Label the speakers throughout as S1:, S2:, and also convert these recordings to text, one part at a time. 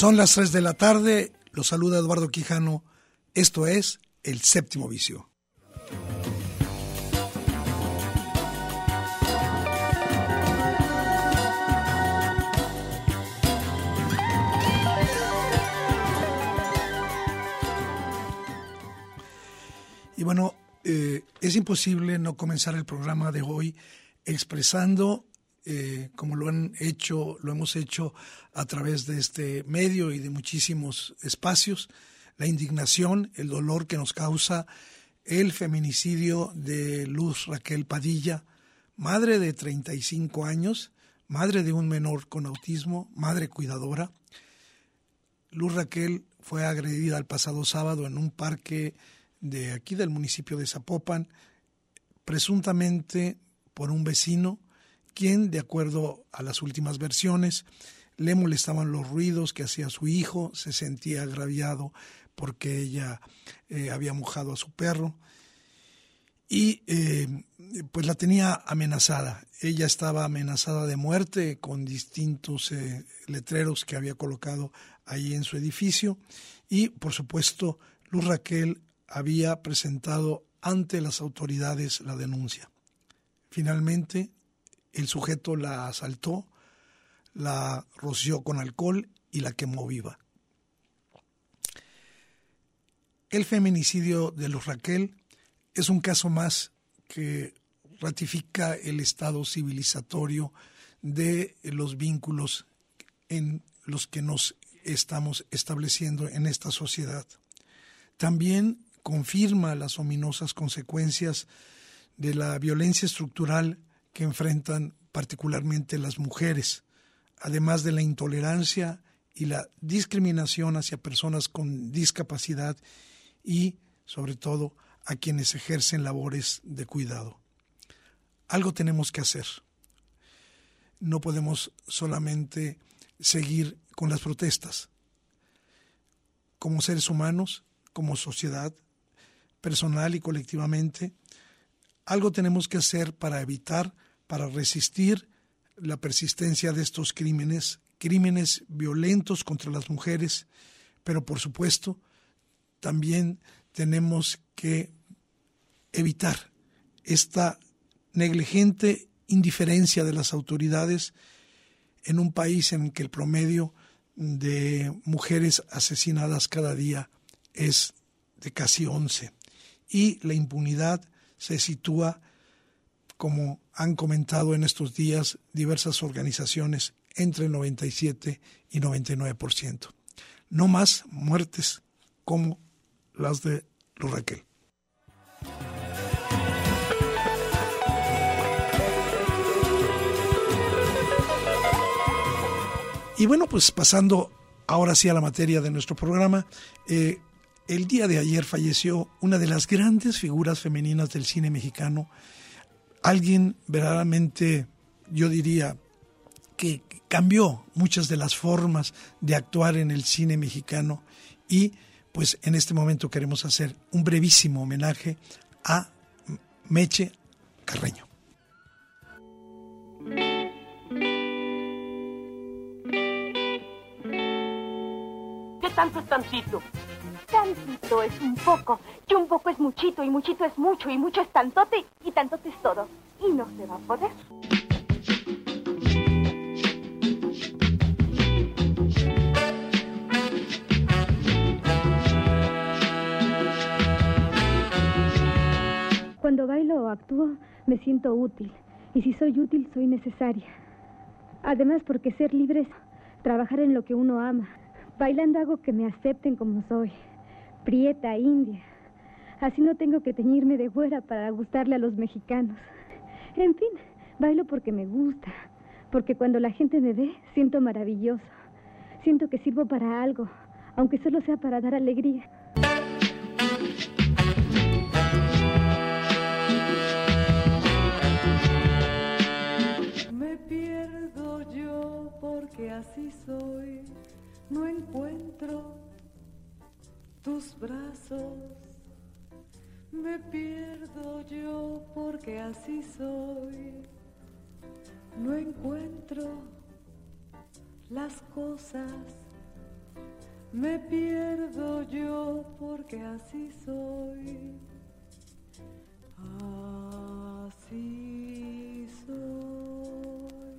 S1: Son las 3 de la tarde, los saluda Eduardo Quijano, esto es El Séptimo Vicio. Y bueno, es imposible no comenzar el programa de hoy expresando, como lo hemos hecho a través de este medio y de muchísimos espacios, la indignación, el dolor que nos causa el feminicidio de Luz Raquel Padilla, madre de 35 años, madre de un menor con autismo, madre cuidadora. Luz Raquel fue agredida el pasado sábado en un parque de aquí del municipio de Zapopan, presuntamente por un vecino, quien, de acuerdo a las últimas versiones, le molestaban los ruidos que hacía su hijo, se sentía agraviado porque ella había mojado a su perro y pues la tenía amenazada. Ella estaba amenazada de muerte con distintos letreros que había colocado ahí en su edificio y, por supuesto, Luz Raquel había presentado ante las autoridades la denuncia. Finalmente, el sujeto la asaltó, la roció con alcohol y la quemó viva. El feminicidio de Luz Raquel es un caso más que ratifica el estado civilizatorio de los vínculos en los que nos estamos estableciendo en esta sociedad. También confirma las ominosas consecuencias de la violencia estructural que enfrentan particularmente las mujeres, además de la intolerancia y la discriminación hacia personas con discapacidad y, sobre todo, a quienes ejercen labores de cuidado. Algo tenemos que hacer. No podemos solamente seguir con las protestas. Como seres humanos, como sociedad, personal y colectivamente, algo tenemos que hacer para evitar, para resistir la persistencia de estos crímenes violentos contra las mujeres, pero por supuesto también tenemos que evitar esta negligente indiferencia de las autoridades en un país en el que el promedio de mujeres asesinadas cada día es de casi 11 y la impunidad se sitúa, como han comentado en estos días diversas organizaciones, entre el 97 y 99%. No más muertes como las de Luz Raquel. Y bueno, pues pasando ahora sí a la materia de nuestro programa, el día de ayer falleció una de las grandes figuras femeninas del cine mexicano, alguien verdaderamente, yo diría, que cambió muchas de las formas de actuar en el cine mexicano y pues en este momento queremos hacer un brevísimo homenaje a Meche Carreño.
S2: ¿Qué tanto es tantito?
S3: Tantito es un poco, y un poco es muchito, y muchito es mucho, y mucho es tantote, y tantote es todo. Y no se va a poder.
S4: Cuando bailo o actúo, me siento útil. Y si soy útil, soy necesaria. Además, porque ser libre es trabajar en lo que uno ama. Bailando hago que me acepten como soy. Prieta, india. Así no tengo que teñirme de güera para gustarle a los mexicanos. En fin, bailo porque me gusta. Porque cuando la gente me ve, siento maravilloso. Siento que sirvo para algo, aunque solo sea para dar alegría.
S5: Me pierdo yo porque así soy. No encuentro tus brazos. Me pierdo yo porque así soy. No encuentro las cosas me pierdo yo porque así soy. Así soy.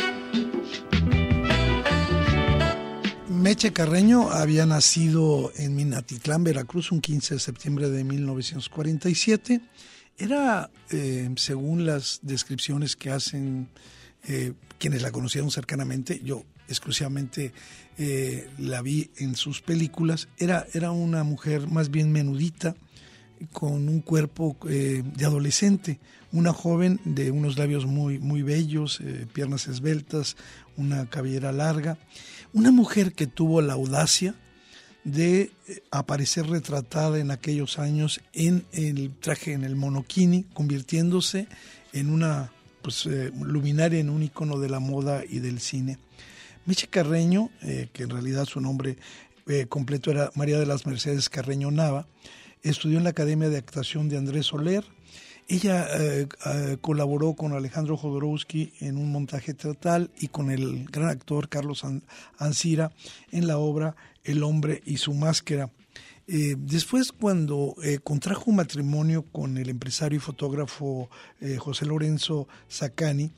S1: Meche Carreño había nacido en Minatitlán, Veracruz, un 15 de septiembre de 1947. Era, según las descripciones que hacen quienes la conocieron cercanamente, yo exclusivamente la vi en sus películas, era una mujer más bien menudita, con un cuerpo de adolescente, una joven de unos labios muy, muy bellos, piernas esbeltas, una cabellera larga, una mujer que tuvo la audacia de aparecer retratada en aquellos años en el traje, en el monokini, convirtiéndose en una luminaria, en un ícono de la moda y del cine. Meche Carreño, que en realidad su nombre completo era María de las Mercedes Carreño Nava, estudió en la Academia de Actuación de Andrés Soler. Ella colaboró con Alejandro Jodorowsky en un montaje teatral y con el gran actor Carlos Ancira en la obra El hombre y su máscara. Después, cuando contrajo matrimonio con el empresario y fotógrafo José Lorenzo Zaccani,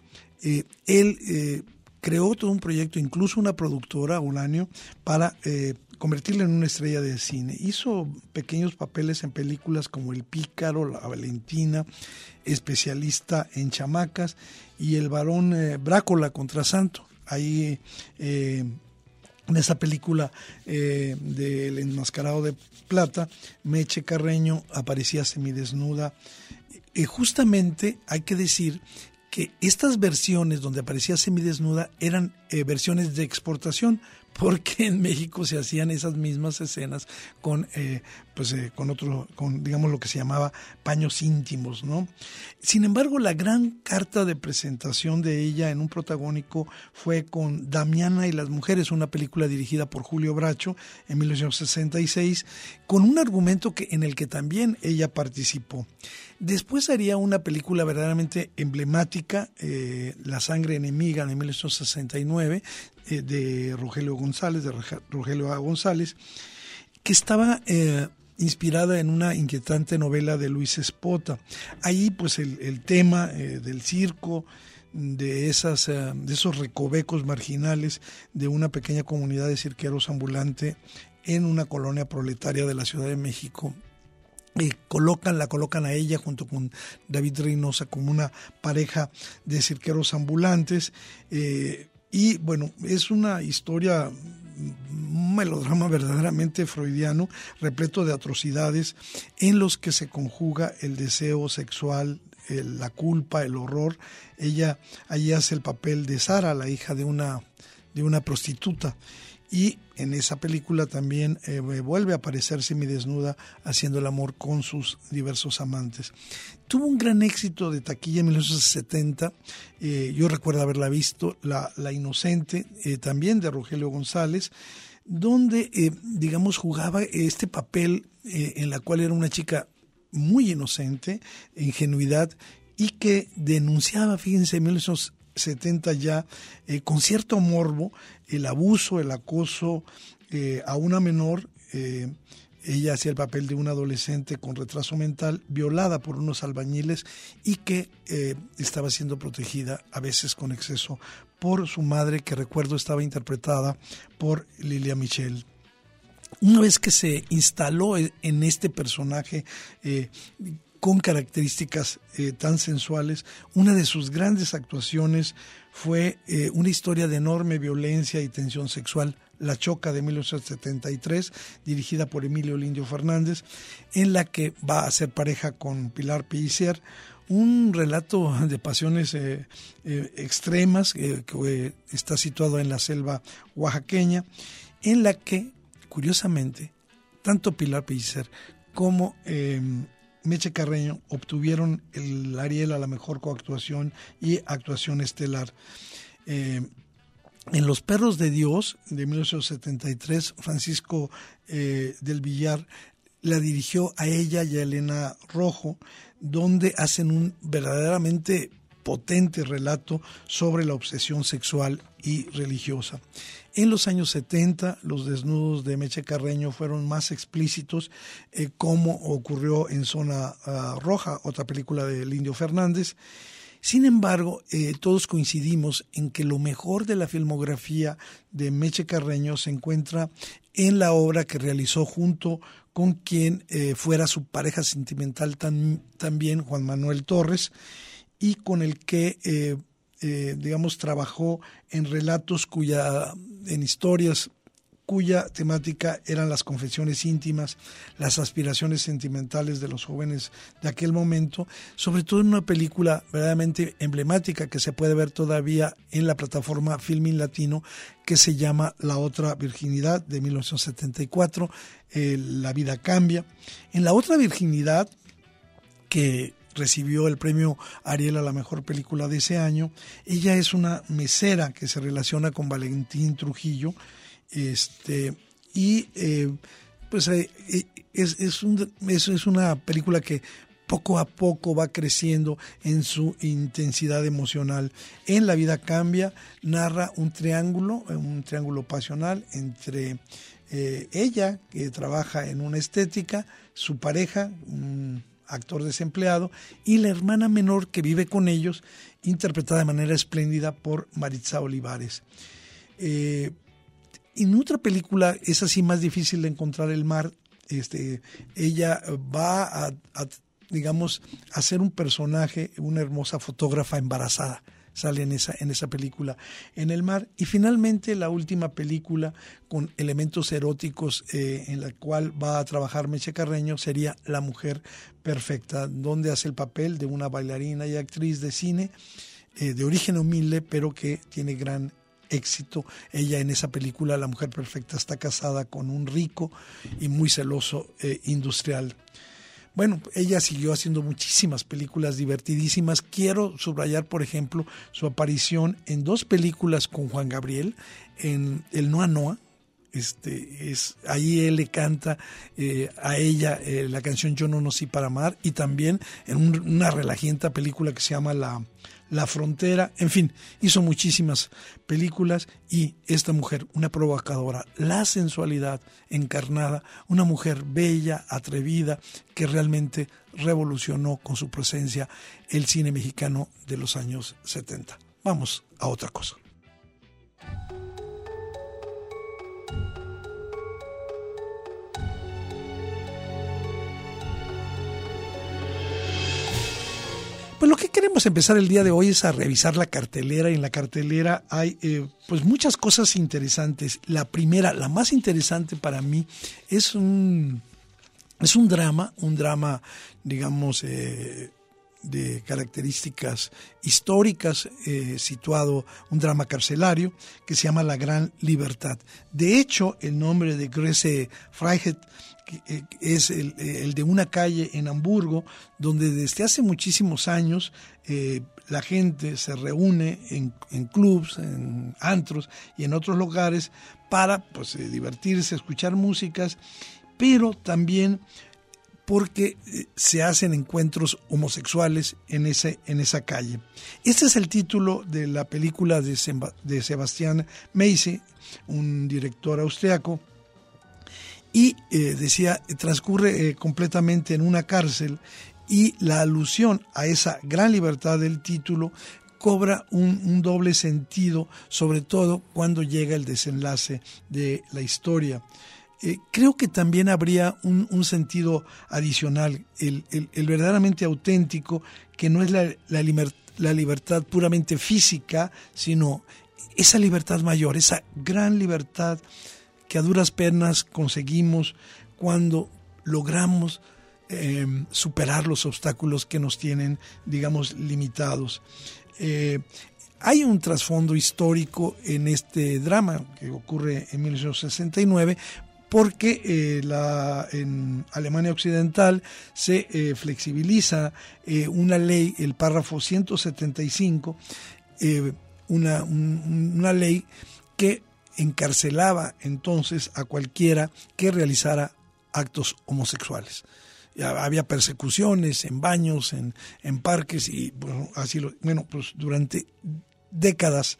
S1: él creó todo un proyecto, incluso una productora, Ulanio, para convertirla en una estrella de cine. Hizo pequeños papeles en películas como El Pícaro, La Valentina, Especialista en Chamacas y El varón Brácola contra Santo. Ahí en esa película del Enmascarado de Plata, Meche Carreño aparecía semidesnuda. Justamente hay que decir que estas versiones donde aparecía semidesnuda eran versiones de exportación, porque en México se hacían esas mismas escenas con digamos lo que se llamaba paños íntimos, ¿no? Sin embargo, la gran carta de presentación de ella en un protagónico fue con Damiana y las mujeres, una película dirigida por Julio Bracho en 1966, con un argumento en el que también ella participó. Después haría una película verdaderamente emblemática, La sangre enemiga, de 1969, de Rogelio A. González, que estaba inspirada en una inquietante novela de Luis Espota. Ahí pues el tema del circo, de esos recovecos marginales de una pequeña comunidad de cirqueros ambulante en una colonia proletaria de la Ciudad de México. La colocan a ella junto con David Reynosa como una pareja de cirqueros ambulantes. Y bueno, es una historia, un melodrama verdaderamente freudiano, repleto de atrocidades en los que se conjuga el deseo sexual, la culpa, el horror. Ella allí hace el papel de Sara, la hija de una prostituta. Y en esa película también vuelve a aparecer semidesnuda haciendo el amor con sus diversos amantes. Tuvo un gran éxito de taquilla en 1970. Yo recuerdo haberla visto, La Inocente, también de Rogelio González, donde, jugaba este papel en la cual era una chica muy inocente, ingenuidad, y que denunciaba, fíjense, en 1970 ya, con cierto morbo, el abuso, el acoso a una menor. Ella hacía el papel de una adolescente con retraso mental, violada por unos albañiles y que estaba siendo protegida, a veces con exceso, por su madre, que recuerdo estaba interpretada por Lilia Michel. Una vez que se instaló en este personaje con características tan sensuales, una de sus grandes actuaciones fue una historia de enorme violencia y tensión sexual, La Choca, de 1973, dirigida por Emilio Lindio Fernández, en la que va a ser pareja con Pilar Pellicer, un relato de pasiones extremas que está situado en la selva oaxaqueña, en la que, curiosamente, tanto Pilar Pellicer como Meche Carreño obtuvieron el Ariel a la mejor coactuación y actuación estelar. En Los Perros de Dios, de 1973, Francisco del Villar la dirigió a ella y a Elena Rojo, donde hacen un verdaderamente potente relato sobre la obsesión sexual y religiosa. En los años 70, los desnudos de Meche Carreño fueron más explícitos, como ocurrió en Zona Roja, otra película del Indio Fernández. Sin embargo, todos coincidimos en que lo mejor de la filmografía de Meche Carreño se encuentra en la obra que realizó junto con quien fuera su pareja sentimental también, Juan Manuel Torres, y con el que, trabajó en relatos en historias cuya temática eran las confesiones íntimas, las aspiraciones sentimentales de los jóvenes de aquel momento, sobre todo en una película verdaderamente emblemática que se puede ver todavía en la plataforma Filmin Latino, que se llama La Otra Virginidad, de 1974, La vida cambia. En La Otra Virginidad, que recibió el premio Ariel a la mejor película de ese año, ella es una mesera que se relaciona con Valentín Trujillo, es una película que poco a poco va creciendo en su intensidad emocional. En La vida cambia narra un triángulo pasional entre ella, que trabaja en una estética, su pareja, un actor desempleado, y la hermana menor que vive con ellos, interpretada de manera espléndida por Maritza Olivares. En otra película es así más difícil de encontrar el mar. Ella va a ser un personaje, una hermosa fotógrafa embarazada. Sale en esa película, En el mar. Y finalmente la última película con elementos eróticos en la cual va a trabajar Meche Carreño sería La mujer perfecta, donde hace el papel de una bailarina y actriz de cine de origen humilde, pero que tiene gran éxito. Ella en esa película, La mujer perfecta, está casada con un rico y muy celoso industrial. Bueno, ella siguió haciendo muchísimas películas divertidísimas. Quiero subrayar, por ejemplo, su aparición en 2 películas con Juan Gabriel, en El Noa Noa. Ahí él le canta a ella la canción Yo no nací para amar, y también en una relajienta película que se llama La Frontera. En fin, hizo muchísimas películas, y esta mujer, una provocadora, la sensualidad encarnada, una mujer bella, atrevida, que realmente revolucionó con su presencia el cine mexicano de los años 70. Vamos a otra cosa. Pues lo que queremos empezar el día de hoy es a revisar la cartelera, y en la cartelera hay pues muchas cosas interesantes. La primera, la más interesante para mí, es un drama, digamos, de características históricas, situado, un drama carcelario que se llama La Gran Libertad. De hecho, el nombre de Große Freiheit es el de una calle en Hamburgo, donde desde hace muchísimos años la gente se reúne en clubs, en antros y en otros lugares para divertirse, escuchar músicas, pero también porque se hacen encuentros homosexuales en esa calle. Este es el título de la película de Sebastian Meise, un director austriaco, y transcurre completamente en una cárcel, y la alusión a esa gran libertad del título cobra un doble sentido, sobre todo cuando llega el desenlace de la historia. Creo que también habría un sentido adicional, el verdaderamente auténtico, que no es la libertad puramente física, sino esa libertad mayor, esa gran libertad que a duras penas conseguimos cuando logramos superar los obstáculos que nos tienen, digamos, limitados. Hay un trasfondo histórico en este drama que ocurre en 1969, porque en Alemania Occidental se flexibiliza una ley, el párrafo 175, una ley que encarcelaba entonces a cualquiera que realizara actos homosexuales. había persecuciones en baños, en parques, y bueno, pues durante décadas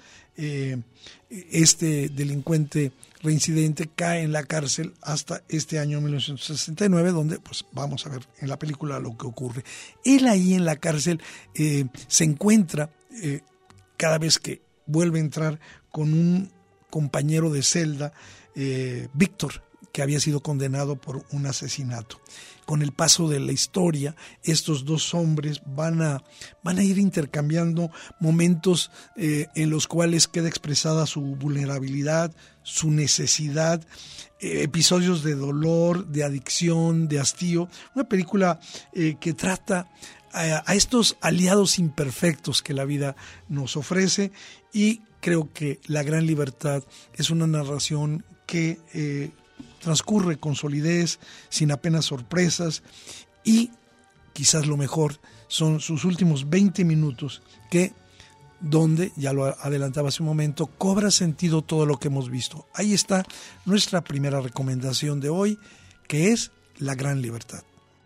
S1: este delincuente reincidente cae en la cárcel hasta este año 1969, donde pues vamos a ver en la película lo que ocurre. Él ahí en la cárcel se encuentra cada vez que vuelve a entrar con un compañero de celda, Víctor, que había sido condenado por un asesinato. Con el paso de la historia, estos dos hombres van a ir intercambiando momentos en los cuales queda expresada su vulnerabilidad, su necesidad, episodios de dolor, de adicción, de hastío. Una película que trata a estos aliados imperfectos que la vida nos ofrece, y creo que La Gran Libertad es una narración que transcurre con solidez, sin apenas sorpresas, y quizás lo mejor son sus últimos 20 minutos que, donde, ya lo adelantaba hace un momento, cobra sentido todo lo que hemos visto. Ahí está nuestra primera recomendación de hoy, que es La Gran Libertad.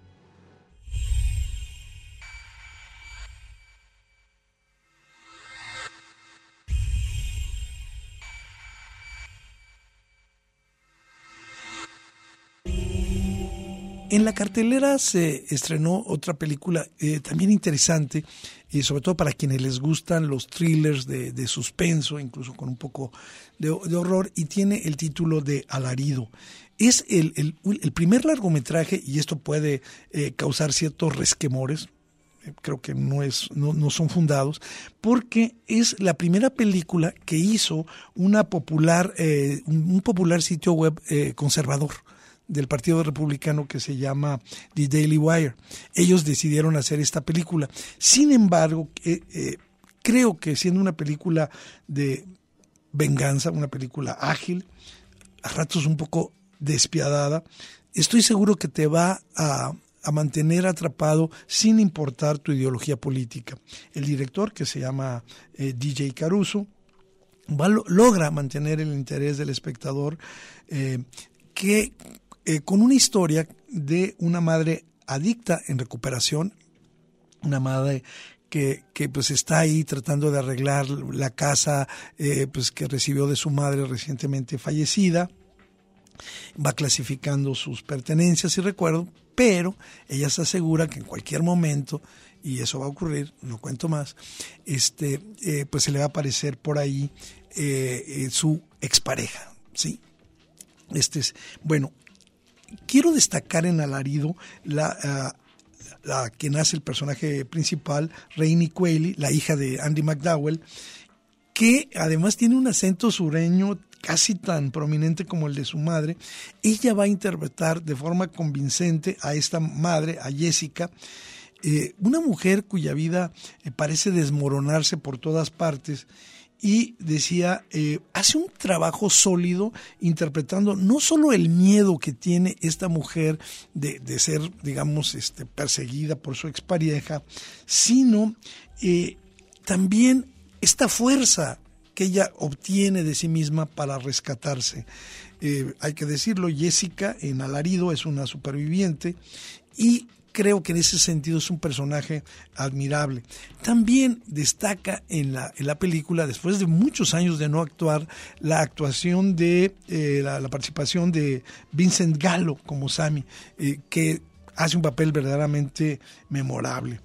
S1: En la cartelera se estrenó otra película también interesante, sobre todo para quienes les gustan los thrillers de suspenso, incluso con un poco de horror, y tiene el título de Alarido. Es el primer largometraje, y esto puede causar ciertos resquemores, creo que no son fundados, porque es la primera película que hizo un popular sitio web conservador del Partido Republicano que se llama The Daily Wire. Ellos decidieron hacer esta película. Sin embargo, creo que siendo una película de venganza, una película ágil, a ratos un poco despiadada, estoy seguro que te va a mantener atrapado sin importar tu ideología política. El director, que se llama DJ Caruso, logra mantener el interés del espectador, que con una historia de una madre adicta en recuperación, una madre que pues está ahí tratando de arreglar la casa pues que recibió de su madre recientemente fallecida, va clasificando sus pertenencias y recuerdos, pero ella se asegura que en cualquier momento, y eso va a ocurrir, no cuento más, pues se le va a aparecer por ahí su expareja, ¿sí? Bueno, quiero destacar en Alarido la que nace el personaje principal, Rainey Qualley, la hija de Andy McDowell, que además tiene un acento sureño casi tan prominente como el de su madre. Ella va a interpretar de forma convincente a esta madre, a Jessica, una mujer cuya vida parece desmoronarse por todas partes, y decía, hace un trabajo sólido interpretando no solo el miedo que tiene esta mujer de ser, digamos, perseguida por su expareja, sino también esta fuerza que ella obtiene de sí misma para rescatarse. Hay que decirlo, Jessica en Alarido es una superviviente, y creo que en ese sentido es un personaje admirable. También destaca en la película, después de muchos años de no actuar, la actuación de la participación de Vincent Gallo como Sammy, que hace un papel verdaderamente memorable.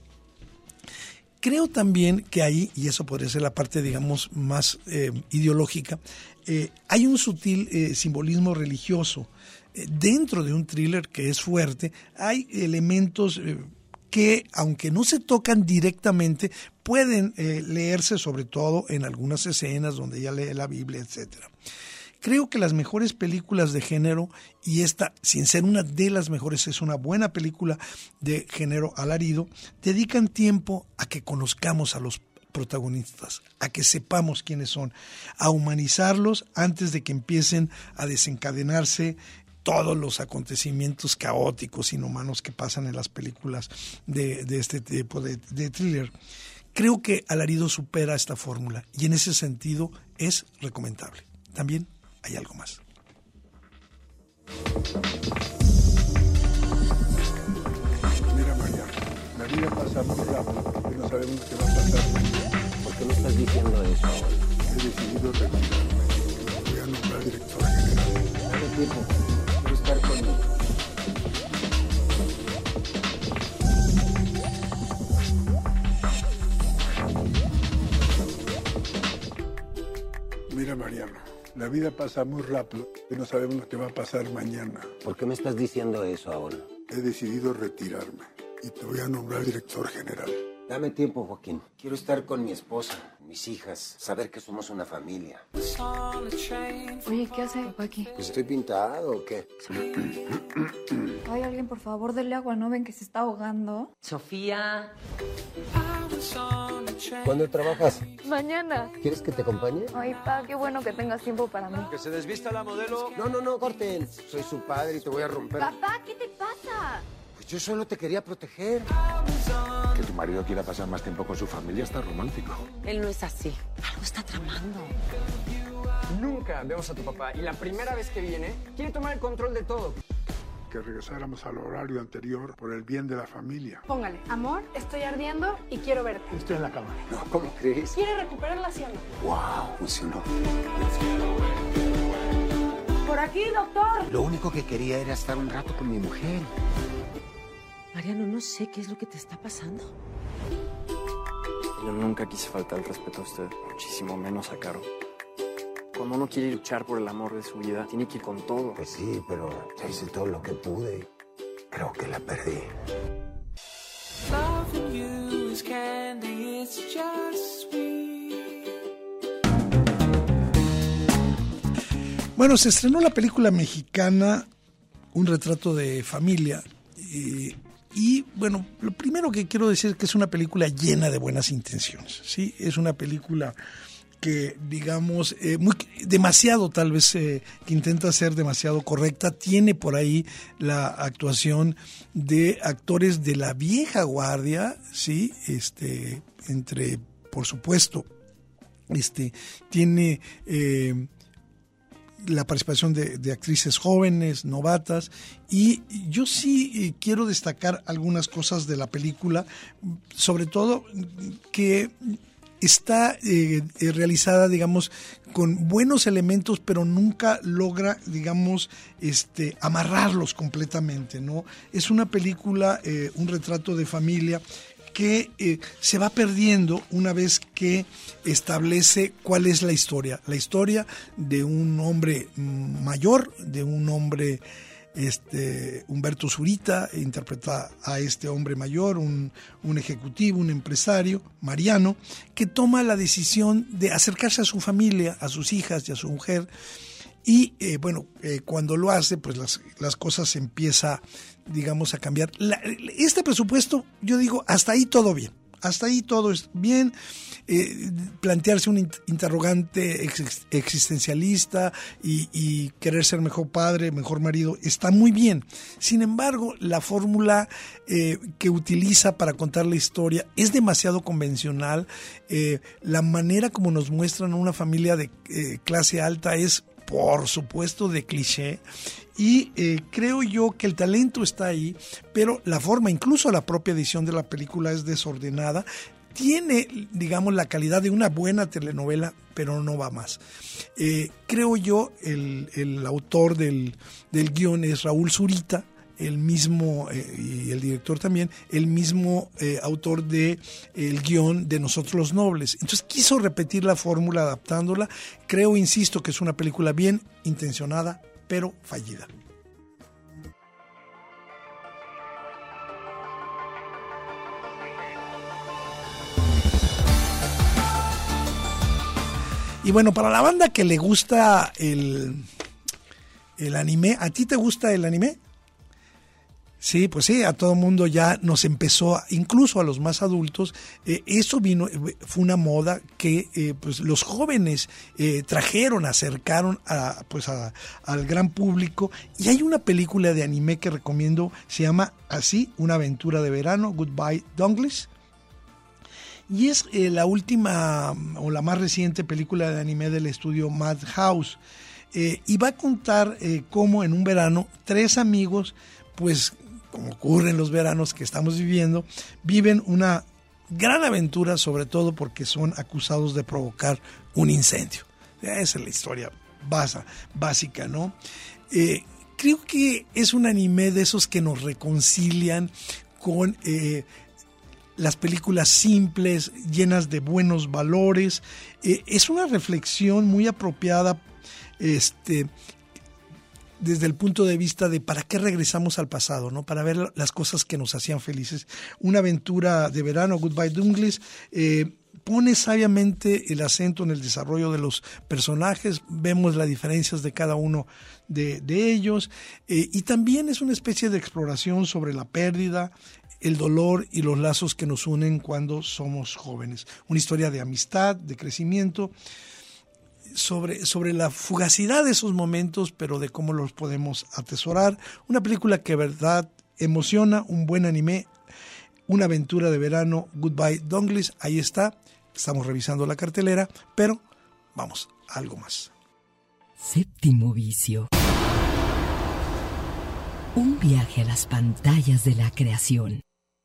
S1: Creo también que ahí, y eso podría ser la parte, digamos, más ideológica, hay un sutil simbolismo religioso. Dentro de un thriller que es fuerte, hay elementos que, aunque no se tocan directamente, pueden leerse, sobre todo en algunas escenas donde ella lee la Biblia, etcétera. Creo que las mejores películas de género, y esta, sin ser una de las mejores, es una buena película de género, Alarido, dedican tiempo a que conozcamos a los protagonistas, a que sepamos quiénes son, a humanizarlos antes de que empiecen a desencadenarse todos los acontecimientos caóticos, inhumanos que pasan en las películas de este tipo de thriller. Creo que Alarido supera esta fórmula, y en ese sentido es recomendable. También hay algo más.
S6: vida pasa muy rápido, porque no sabemos qué va a pasar mañana.
S7: ¿Por qué me estás diciendo eso ahora?
S6: He decidido retirarme. Voy a nombrar director general.
S7: Dame tiempo. Quiero estar conmigo.
S6: Mira, Mariano, la vida pasa muy rápido y no sabemos lo que va a pasar mañana.
S7: ¿Por qué me estás diciendo eso ahora?
S6: He decidido retirarme y te voy a nombrar director general.
S7: Dame tiempo, Joaquín. Quiero estar con mi esposa, mis hijas, saber que somos una familia.
S8: Oye, ¿qué hace papá aquí?
S7: Pues estoy pintado, ¿o qué?
S8: Ay, alguien, por favor, denle agua, ¿no ven que se está ahogando?
S2: Sofía.
S7: ¿Cuándo trabajas?
S8: Mañana.
S7: ¿Quieres que te acompañe?
S8: Ay, pa, qué bueno que tengas tiempo para mí.
S9: ¿Que se desvista la modelo?
S7: No, corten. Soy su padre y te voy a romper.
S8: Papá, ¿qué te pasa?
S7: Pues yo solo te quería proteger.
S9: Que tu marido quiera pasar más tiempo con su familia está romántico.
S2: Él no es así. Algo está tramando.
S10: Nunca vemos a tu papá y la primera vez que viene quiere tomar el control de todo.
S6: Que regresáramos al horario anterior por el bien de la familia.
S11: Póngale, amor, estoy ardiendo y quiero verte.
S6: Estoy en la cama.
S7: No, ¿cómo crees?
S11: ¿Quiere recuperar la hacienda?
S7: Wow, funcionó.
S11: Por aquí, doctor.
S7: Lo único que quería era estar un rato con mi mujer.
S2: Mariano, no sé qué es lo que te está pasando.
S10: Yo nunca quise faltar el respeto a usted, muchísimo menos a Caro. Cuando uno quiere luchar por el amor de su vida, tiene que ir con todo.
S7: Pues sí, pero ya hice todo lo que pude. Creo que la perdí.
S1: Bueno, se estrenó la película mexicana Un retrato de familia. Y bueno, lo primero que quiero decir es que es una película llena de buenas intenciones, ¿sí? Es una película que, digamos, demasiado tal vez, que intenta ser demasiado correcta. Tiene por ahí la actuación de actores de la vieja guardia, ¿sí? Entre, por supuesto, tiene la participación de actrices jóvenes, novatas, y yo sí quiero destacar algunas cosas de la película, sobre todo que está realizada, digamos, con buenos elementos, pero nunca logra, digamos, amarrarlos completamente, ¿no? Es una película, un retrato de familia, que se va perdiendo una vez que establece cuál es la historia de un hombre mayor, de un hombre, Humberto Zurita interpreta a este hombre mayor, un ejecutivo, un empresario, Mariano, que toma la decisión de acercarse a su familia, a sus hijas y a su mujer, y cuando lo hace, pues las cosas empiezan, digamos, a cambiar. Este presupuesto, yo digo, hasta ahí todo bien. Hasta ahí todo es bien. Plantearse un interrogante existencialista y querer ser mejor padre, mejor marido, está muy bien. Sin embargo, la fórmula que utiliza para contar la historia es demasiado convencional. La manera como nos muestran a una familia de clase alta es, por supuesto, de cliché, y creo yo que el talento está ahí, pero la forma, incluso la propia edición de la película es desordenada. Tiene, digamos, la calidad de una buena telenovela, pero no va más. Creo yo, el autor del guión es Raúl Zurita, el mismo, y el director también, el mismo autor de el guión de Nosotros los Nobles. Entonces quiso repetir la fórmula adaptándola. Creo, insisto, que es una película bien intencionada, pero fallida. Y bueno, para la banda que le gusta el anime, ¿a ti te gusta el anime? Sí, pues sí, a todo mundo ya nos empezó, incluso a los más adultos, eso fue una moda que pues los jóvenes acercaron al gran público, y hay una película de anime que recomiendo, se llama así, Una aventura de verano, Goodbye Douglas, y es la última o la más reciente película de anime del estudio Madhouse, y va a contar cómo en un verano 3 amigos pues como ocurre en los veranos que estamos viviendo, viven una gran aventura, sobre todo porque son acusados de provocar un incendio. Esa es la historia básica, ¿no? Creo que es un anime de esos que nos reconcilian con las películas simples, llenas de buenos valores. Es una reflexión muy apropiada desde el punto de vista de para qué regresamos al pasado, ¿no? Para ver las cosas que nos hacían felices. Una aventura de verano, Goodbye Douglas, pone sabiamente el acento en el desarrollo de los personajes, vemos las diferencias de cada uno de ellos, y también es una especie de exploración sobre la pérdida, el dolor y los lazos que nos unen cuando somos jóvenes. Una historia de amistad, de crecimiento, sobre la fugacidad de esos momentos, pero de cómo los podemos atesorar. Una película que de verdad emociona, un buen anime, una aventura de verano, Goodbye Douglas, ahí está. Estamos revisando la cartelera, pero vamos a algo más.
S12: Séptimo vicio. Un viaje a las pantallas de la creación.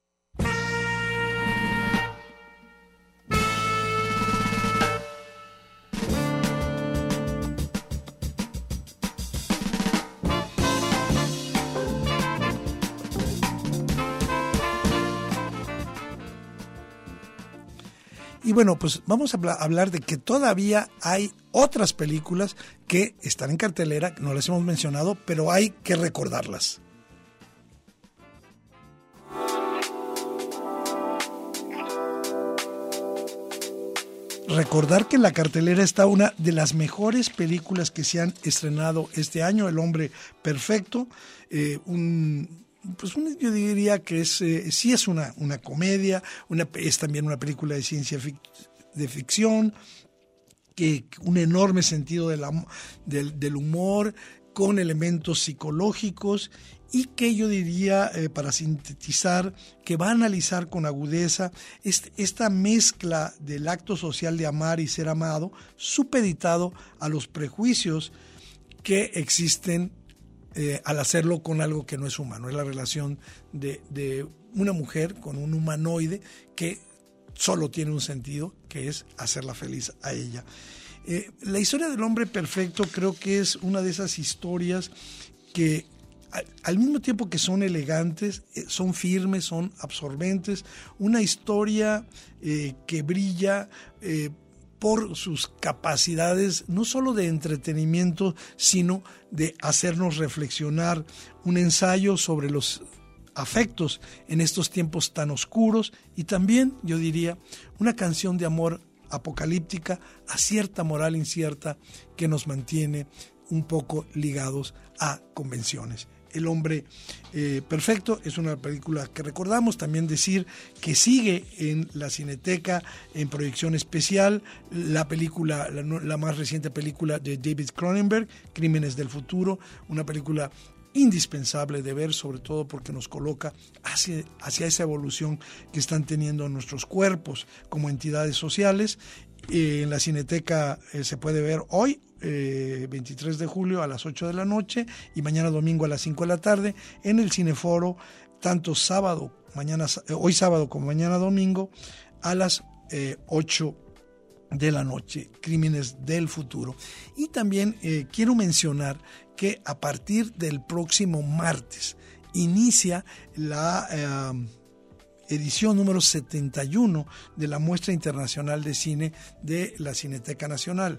S1: Y bueno, pues vamos a hablar de que todavía hay otras películas que están en cartelera, no las hemos mencionado, pero hay que recordarlas. Recordar que en la cartelera está una de las mejores películas que se han estrenado este año, El hombre perfecto, yo diría que sí es una comedia, es también una película de ciencia ficción, que un enorme sentido del humor, con elementos psicológicos, y que yo diría, para sintetizar, que va a analizar con agudeza esta mezcla del acto social de amar y ser amado, supeditado a los prejuicios que existen al hacerlo con algo que no es humano. Es la relación de una mujer con un humanoide que solo tiene un sentido, que es hacerla feliz a ella. La historia del hombre perfecto creo que es una de esas historias que al mismo tiempo que son elegantes, son firmes, son absorbentes. Una historia que brilla por sus capacidades no solo de entretenimiento, sino de hacernos reflexionar. Un ensayo sobre los afectos en estos tiempos tan oscuros, y también, yo diría, una canción de amor apocalíptica a cierta moral incierta que nos mantiene un poco ligados a convenciones. El hombre perfecto es una película que recordamos. También decir que sigue en la Cineteca en proyección especial la película, la más reciente película de David Cronenberg, Crímenes del Futuro, una película indispensable de ver, sobre todo porque nos coloca hacia esa evolución que están teniendo nuestros cuerpos como entidades sociales. En la Cineteca se puede ver hoy, 23 de julio a las 8 de la noche, y mañana domingo a las 5 de la tarde en el Cineforo, tanto hoy sábado como mañana domingo a las 8 de la noche, Crímenes del Futuro. Y también quiero mencionar que a partir del próximo martes inicia la edición número 71 de la Muestra Internacional de Cine de la Cineteca Nacional.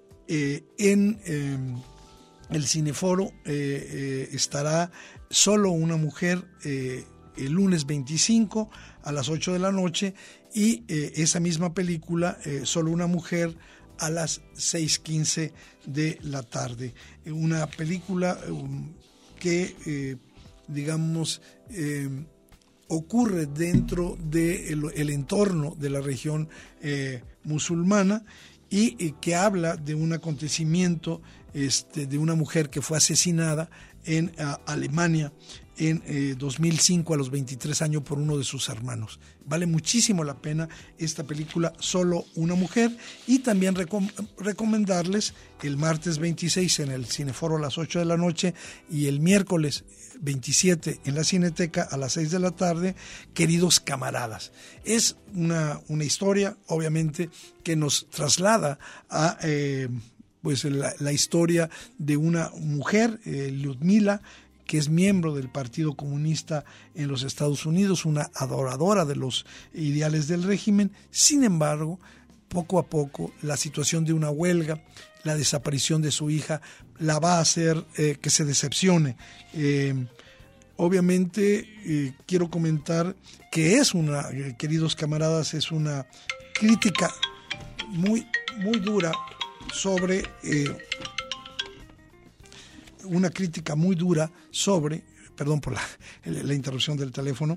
S1: En el Cineforo estará Solo una mujer el lunes 25 a las 8 de la noche, y esa misma película, Solo una mujer, a las 6:15 de la tarde. Una película que, ocurre dentro del entorno de la región musulmana, y que habla de un acontecimiento de una mujer que fue asesinada en Alemania en 2005 a los 23 años por uno de sus hermanos. Vale muchísimo la pena esta película, Solo una mujer, y también recomendarles el martes 26 en el Cineforo a las 8 de la noche y el miércoles 27 en la Cineteca a las 6 de la tarde, Queridos camaradas. Es una historia, obviamente, que nos traslada a pues la historia de una mujer, Lyudmila, que es miembro del Partido Comunista en los Estados Unidos, una adoradora de los ideales del régimen. Sin embargo, poco a poco, la situación de una huelga, la desaparición de su hija, la va a hacer que se decepcione. Obviamente, quiero comentar que queridos camaradas, es una crítica muy, muy dura sobre... perdón por la interrupción del teléfono,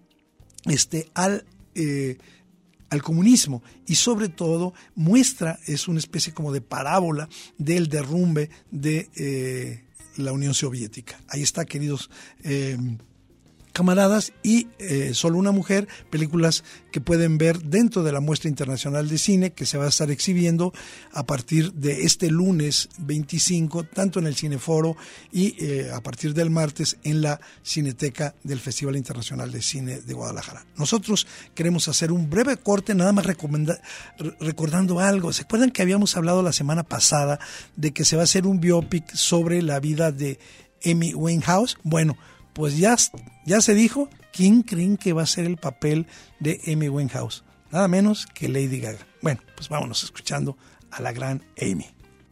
S1: al comunismo, y sobre todo es una especie como de parábola del derrumbe de la Unión Soviética. Ahí está, queridos camaradas, y Solo una mujer, películas que pueden ver dentro de la Muestra Internacional de Cine, que se va a estar exhibiendo a partir de este lunes 25, tanto en el Cineforo y a partir del martes en la Cineteca del Festival Internacional de Cine de Guadalajara. Nosotros queremos hacer un breve corte, nada más recordando algo. ¿Se acuerdan que habíamos hablado la semana pasada de que se va a hacer un biopic sobre la vida de Amy Winehouse? Bueno, pues ya se dijo quién creen que va a ser el papel de Amy Winehouse. Nada menos que Lady Gaga. Bueno, pues vámonos escuchando a la gran Amy.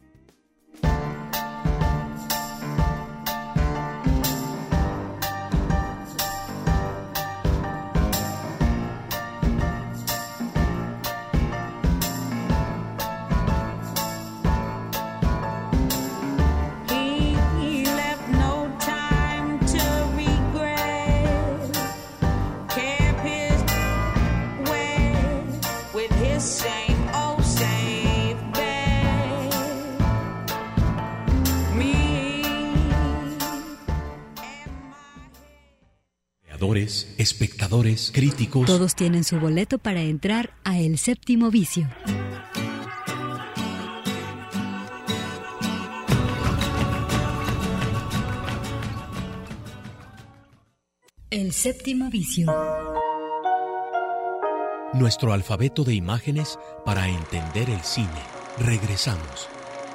S13: Espectadores, críticos,
S12: todos tienen su boleto para entrar a El Séptimo Vicio. El Séptimo Vicio.
S13: Nuestro alfabeto de imágenes para entender el cine. Regresamos.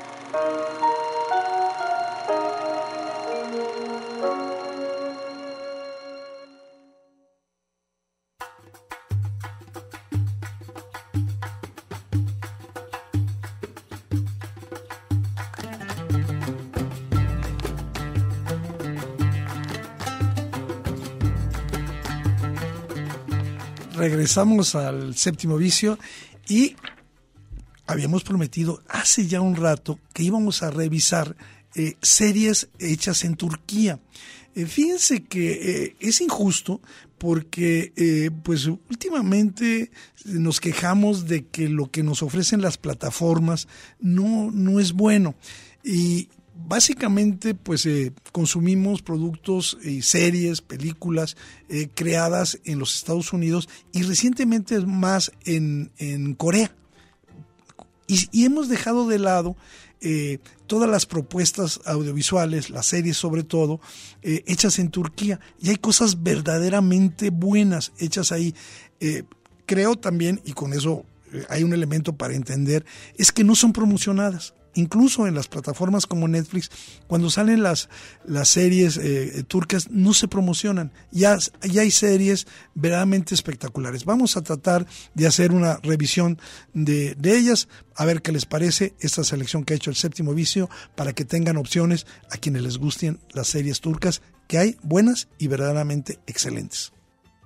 S1: Regresamos al Séptimo Vicio y habíamos prometido hace ya un rato que íbamos a revisar series hechas en Turquía. Fíjense que es injusto porque pues últimamente nos quejamos de que lo que nos ofrecen las plataformas no es bueno, y básicamente pues consumimos productos, series, películas creadas en los Estados Unidos y recientemente más en Corea, y hemos dejado de lado todas las propuestas audiovisuales, las series sobre todo, hechas en Turquía, y hay cosas verdaderamente buenas hechas ahí. Creo también, y con eso hay un elemento para entender, es que no son promocionadas. Incluso en las plataformas como Netflix, cuando salen las series turcas, no se promocionan. Ya hay series verdaderamente espectaculares. Vamos a tratar de hacer una revisión de ellas, a ver qué les parece esta selección que ha hecho el Séptimo Vicio, para que tengan opciones a quienes les gusten las series turcas, que hay buenas y verdaderamente excelentes.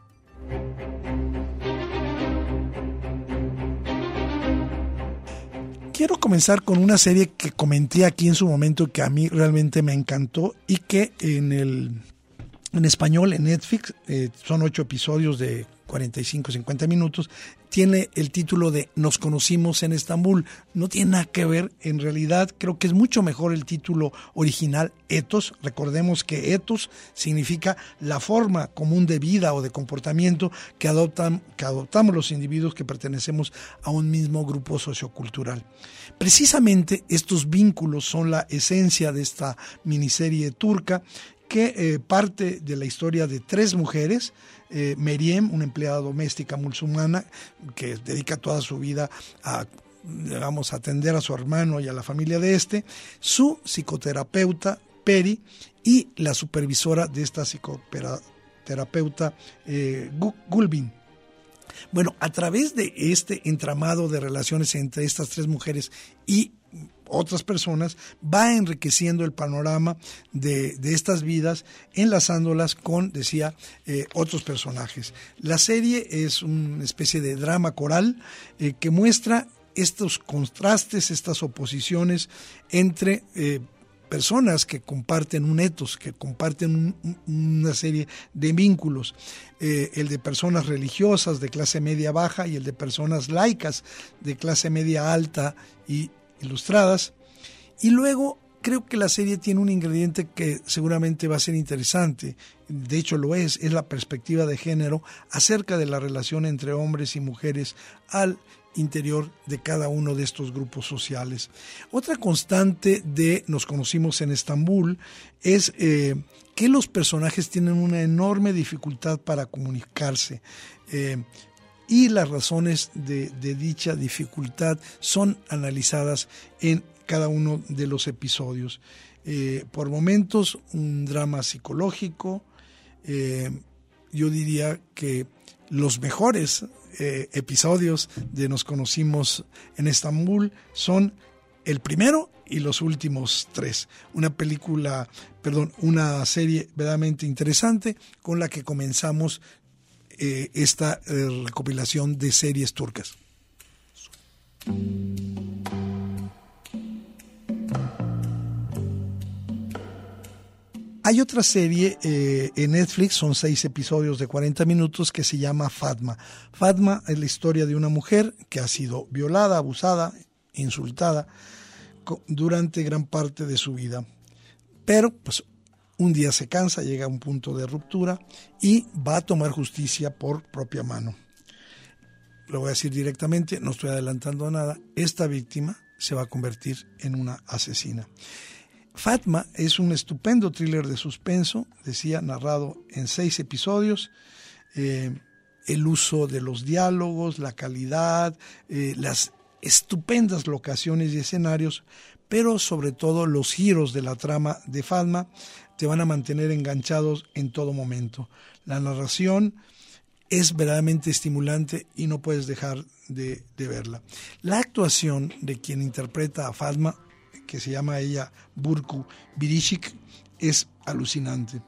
S1: Quiero comenzar con una serie que comenté aquí en su momento, que a mí realmente me encantó, y que en español, en Netflix, son 8 episodios de 45, 50 minutos, tiene el título de Nos conocimos en Estambul. No tiene nada que ver, en realidad creo que es mucho mejor el título original, Ethos. Recordemos que ethos significa la forma común de vida o de comportamiento que adoptamos los individuos que pertenecemos a un mismo grupo sociocultural. Precisamente estos vínculos son la esencia de esta miniserie turca que parte de la historia de 3 mujeres, Meryem, una empleada doméstica musulmana que dedica toda su vida a atender a su hermano y a la familia de su psicoterapeuta Peri y la supervisora de esta psicoterapeuta Gulbin. Bueno, a través de este entramado de relaciones entre estas 3 mujeres y otras personas, va enriqueciendo el panorama de estas vidas, enlazándolas con, decía, otros personajes. La serie es una especie de drama coral que muestra estos contrastes, estas oposiciones entre personas que comparten un ethos, que comparten una serie de vínculos, el de personas religiosas de clase media baja y el de personas laicas de clase media alta y ilustradas. Y luego creo que la serie tiene un ingrediente que seguramente va a ser interesante, de hecho lo es la perspectiva de género acerca de la relación entre hombres y mujeres al interior de cada uno de estos grupos sociales. Otra constante de Nos conocimos en Estambul es que los personajes tienen una enorme dificultad para comunicarse. Y las razones de dicha dificultad son analizadas en cada uno de los episodios. Por momentos, un drama psicológico. Yo diría que los mejores episodios de Nos conocimos en Estambul son el primero y los últimos 3. Una serie verdaderamente interesante con la que comenzamos esta recopilación de series turcas. Hay otra serie en Netflix, son 6 episodios de 40 minutos que se llama Fatma. Fatma es la historia de una mujer que ha sido violada, abusada, insultada durante gran parte de su vida. Pero pues un día se cansa, llega a un punto de ruptura y va a tomar justicia por propia mano. Lo voy a decir directamente, no estoy adelantando nada. Esta víctima se va a convertir en una asesina. Fatma es un estupendo thriller de suspenso, decía, narrado en 6 episodios. El uso de los diálogos, la calidad, las estupendas locaciones y escenarios, pero sobre todo los giros de la trama de Fatma te van a mantener enganchados en todo momento. La narración es verdaderamente estimulante y no puedes dejar de verla. La actuación de quien interpreta a Fatma, que se llama ella Burcu Biricik, es alucinante.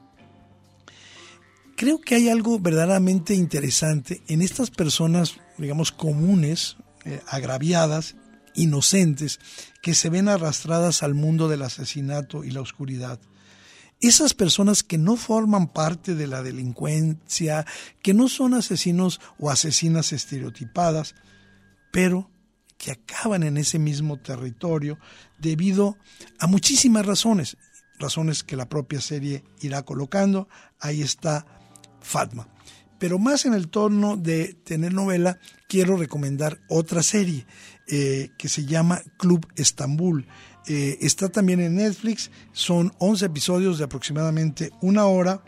S1: Creo que hay algo verdaderamente interesante en estas personas, digamos, comunes, agraviadas, inocentes, que se ven arrastradas al mundo del asesinato y la oscuridad. Esas personas que no forman parte de la delincuencia, que no son asesinos o asesinas estereotipadas, pero que acaban en ese mismo territorio debido a muchísimas razones que la propia serie irá colocando. Ahí está Fatma. Pero más en el tono de telenovela, quiero recomendar otra serie que se llama Club Estambul. Está también en Netflix, son 11 episodios de aproximadamente 1 hora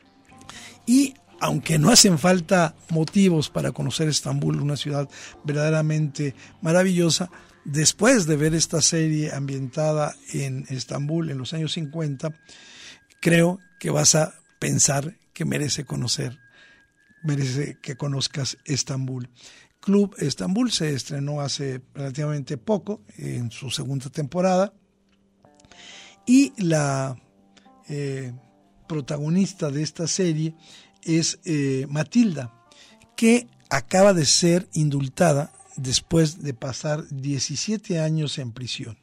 S1: y aunque no hacen falta motivos para conocer Estambul, una ciudad verdaderamente maravillosa, después de ver esta serie ambientada en Estambul en los años 50, creo que vas a pensar que merece que conozcas Estambul. Club Estambul se estrenó hace relativamente poco, en su segunda temporada, y la protagonista de esta serie es Matilda, que acaba de ser indultada después de pasar 17 años en prisión.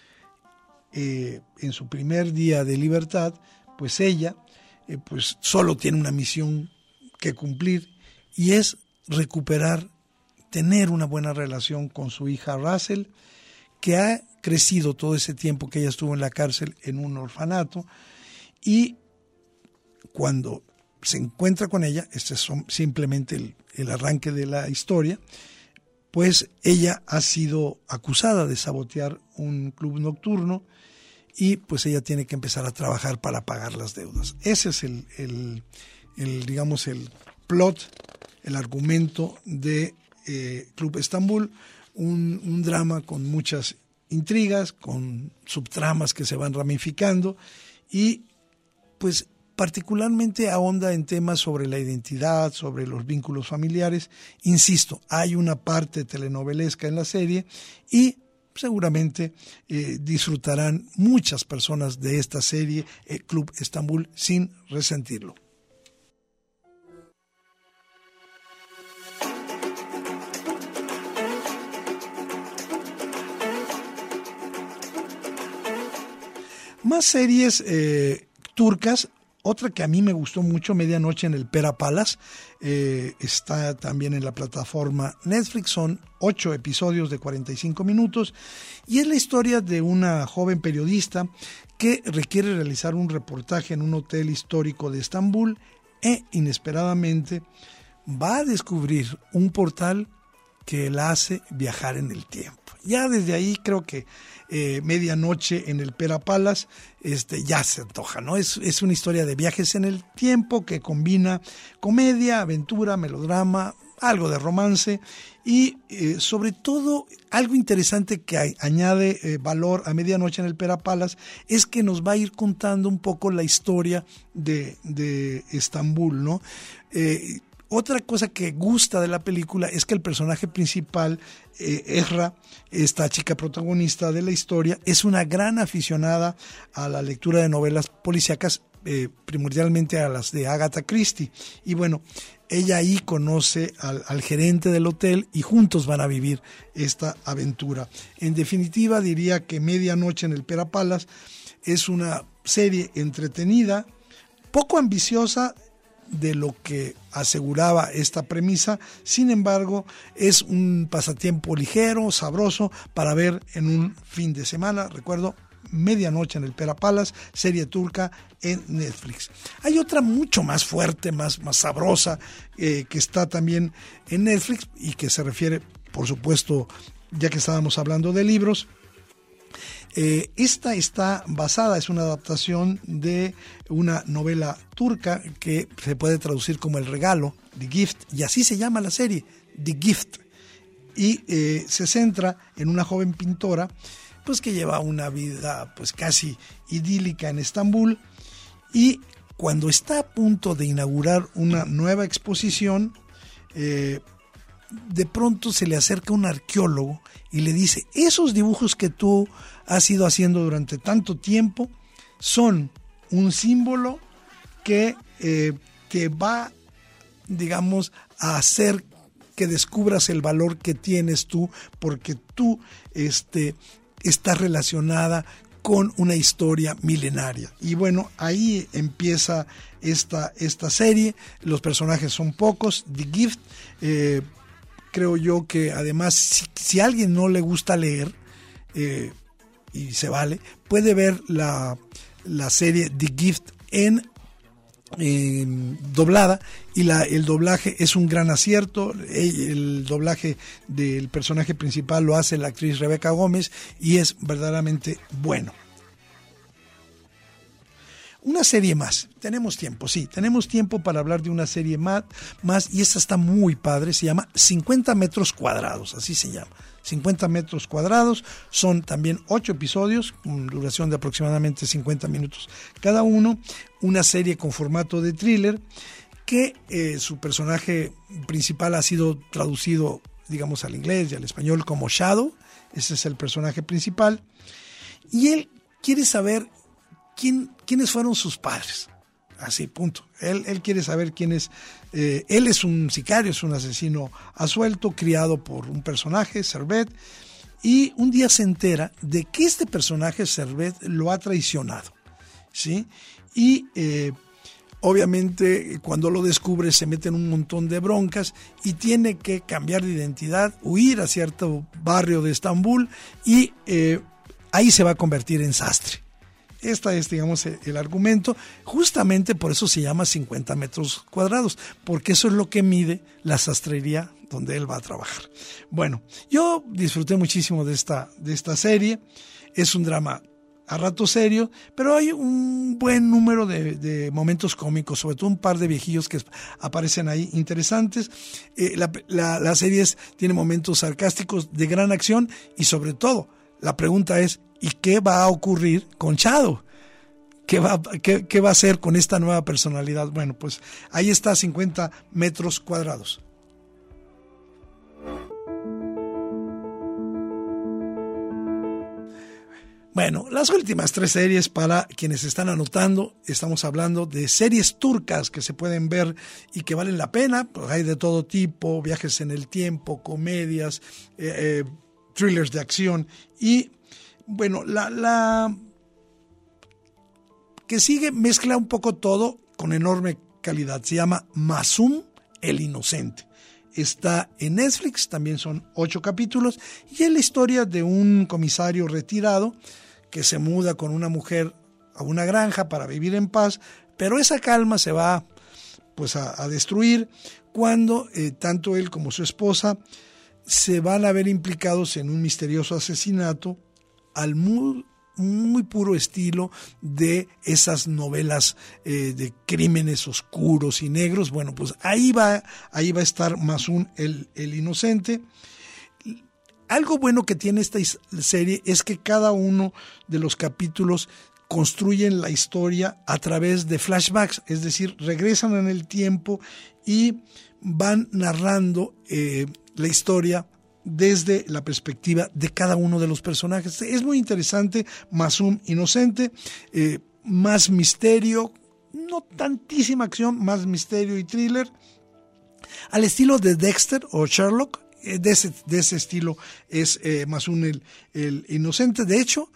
S1: En su primer día de libertad, pues ella pues solo tiene una misión que cumplir, y es recuperar, tener una buena relación con su hija Russell, que ha crecido todo ese tiempo que ella estuvo en la cárcel en un orfanato, y cuando se encuentra con ella, este es simplemente el arranque de la historia, pues ella ha sido acusada de sabotear un club nocturno y pues ella tiene que empezar a trabajar para pagar las deudas. Ese es el plot, el argumento de Club Estambul, un drama con muchas intrigas, con subtramas que se van ramificando y pues particularmente ahonda en temas sobre la identidad, sobre los vínculos familiares. Insisto, hay una parte telenovelesca en la serie y seguramente disfrutarán muchas personas de esta serie Club Estambul sin resentirlo. Más series turcas. Otra que a mí me gustó mucho, Medianoche en el Pera Palace, está también en la plataforma Netflix, son 8 episodios de 45 minutos y es la historia de una joven periodista que requiere realizar un reportaje en un hotel histórico de Estambul e inesperadamente va a descubrir un portal que la hace viajar en el tiempo. Ya desde ahí creo que Medianoche en el Pera Palace ya se antoja, ¿no? Es una historia de viajes en el tiempo que combina comedia, aventura, melodrama, algo de romance y sobre todo algo interesante que añade valor a Medianoche en el Pera Palace es que nos va a ir contando un poco la historia de Estambul, ¿no? Otra cosa que gusta de la película es que el personaje principal, Esra, esta chica protagonista de la historia, es una gran aficionada a la lectura de novelas policíacas, primordialmente a las de Agatha Christie. Y bueno, ella ahí conoce al gerente del hotel y juntos van a vivir esta aventura. En definitiva, diría que Medianoche en el Pera Palace es una serie entretenida, poco ambiciosa de lo que aseguraba esta premisa, sin embargo es un pasatiempo ligero, sabroso para ver en un fin de semana. Recuerdo, Medianoche en el Pera Palace, serie turca en Netflix. Hay otra mucho más fuerte, más sabrosa, que está también en Netflix y que se refiere, por supuesto, ya que estábamos hablando de libros. Esta está basada, es una adaptación de una novela turca que se puede traducir como El Regalo, The Gift, y así se llama la serie, The Gift, y se centra en una joven pintora pues que lleva una vida pues casi idílica en Estambul y cuando está a punto de inaugurar una nueva exposición, de pronto se le acerca un arqueólogo y le dice: esos dibujos que tú has ido haciendo durante tanto tiempo son un símbolo que te va, digamos, a hacer que descubras el valor que tienes tú, porque tú estás relacionada con una historia milenaria. Y bueno, ahí empieza esta serie. Los personajes son pocos. The Gift, creo yo que además, si a alguien no le gusta leer, y se vale, puede ver la serie The Gift en doblada, y el doblaje es un gran acierto. El doblaje del personaje principal lo hace la actriz Rebeca Gómez y es verdaderamente bueno. Una serie más, tenemos tiempo para hablar de una serie más y esta está muy padre, se llama 50 metros cuadrados, así se llama. 50 metros cuadrados, son también 8 episodios, con duración de aproximadamente 50 minutos cada uno, una serie con formato de thriller que su personaje principal ha sido traducido, digamos, al inglés y al español como Shadow. Ese es el personaje principal y él quiere saber quiénes fueron sus padres. Así, punto. Él quiere saber quién es. Él es un sicario, es un asesino a suelto, criado por un personaje, Servet, y un día se entera de que este personaje, Servet, lo ha traicionado, ¿sí? Y obviamente cuando lo descubre se mete en un montón de broncas y tiene que cambiar de identidad, huir a cierto barrio de Estambul y ahí se va a convertir en sastre. Este es, digamos, el argumento. Justamente por eso se llama 50 metros cuadrados, porque eso es lo que mide la sastrería donde él va a trabajar. Bueno, yo disfruté muchísimo de esta serie. Es un drama a rato serio, pero hay un buen número de momentos cómicos, sobre todo un par de viejillos que aparecen ahí interesantes. La serie tiene momentos sarcásticos de gran acción y sobre todo la pregunta es, ¿y qué va a ocurrir con Chado? ¿Qué va a hacer con esta nueva personalidad? Bueno, pues ahí está, 50 metros cuadrados. Bueno, las últimas 3 series para quienes están anotando, estamos hablando de series turcas que se pueden ver y que valen la pena, pues hay de todo tipo, viajes en el tiempo, comedias, thrillers de acción y bueno, la que sigue mezcla un poco todo con enorme calidad, se llama Masum el Inocente. Está en Netflix, también son 8 capítulos y es la historia de un comisario retirado que se muda con una mujer a una granja para vivir en paz, pero esa calma se va pues a destruir cuando tanto él como su esposa se van a ver implicados en un misterioso asesinato al muy puro estilo de esas novelas de crímenes oscuros y negros. Bueno, pues ahí va a estar Masum el Inocente. Algo bueno que tiene esta serie es que cada uno de los capítulos construyen la historia a través de flashbacks, es decir, regresan en el tiempo y van narrando la historia desde la perspectiva de cada uno de los personajes. Es muy interesante, Masum Inocente, más misterio, no tantísima acción, más misterio y thriller, al estilo de Dexter o Sherlock. De ese estilo es Masum el Inocente. De hecho,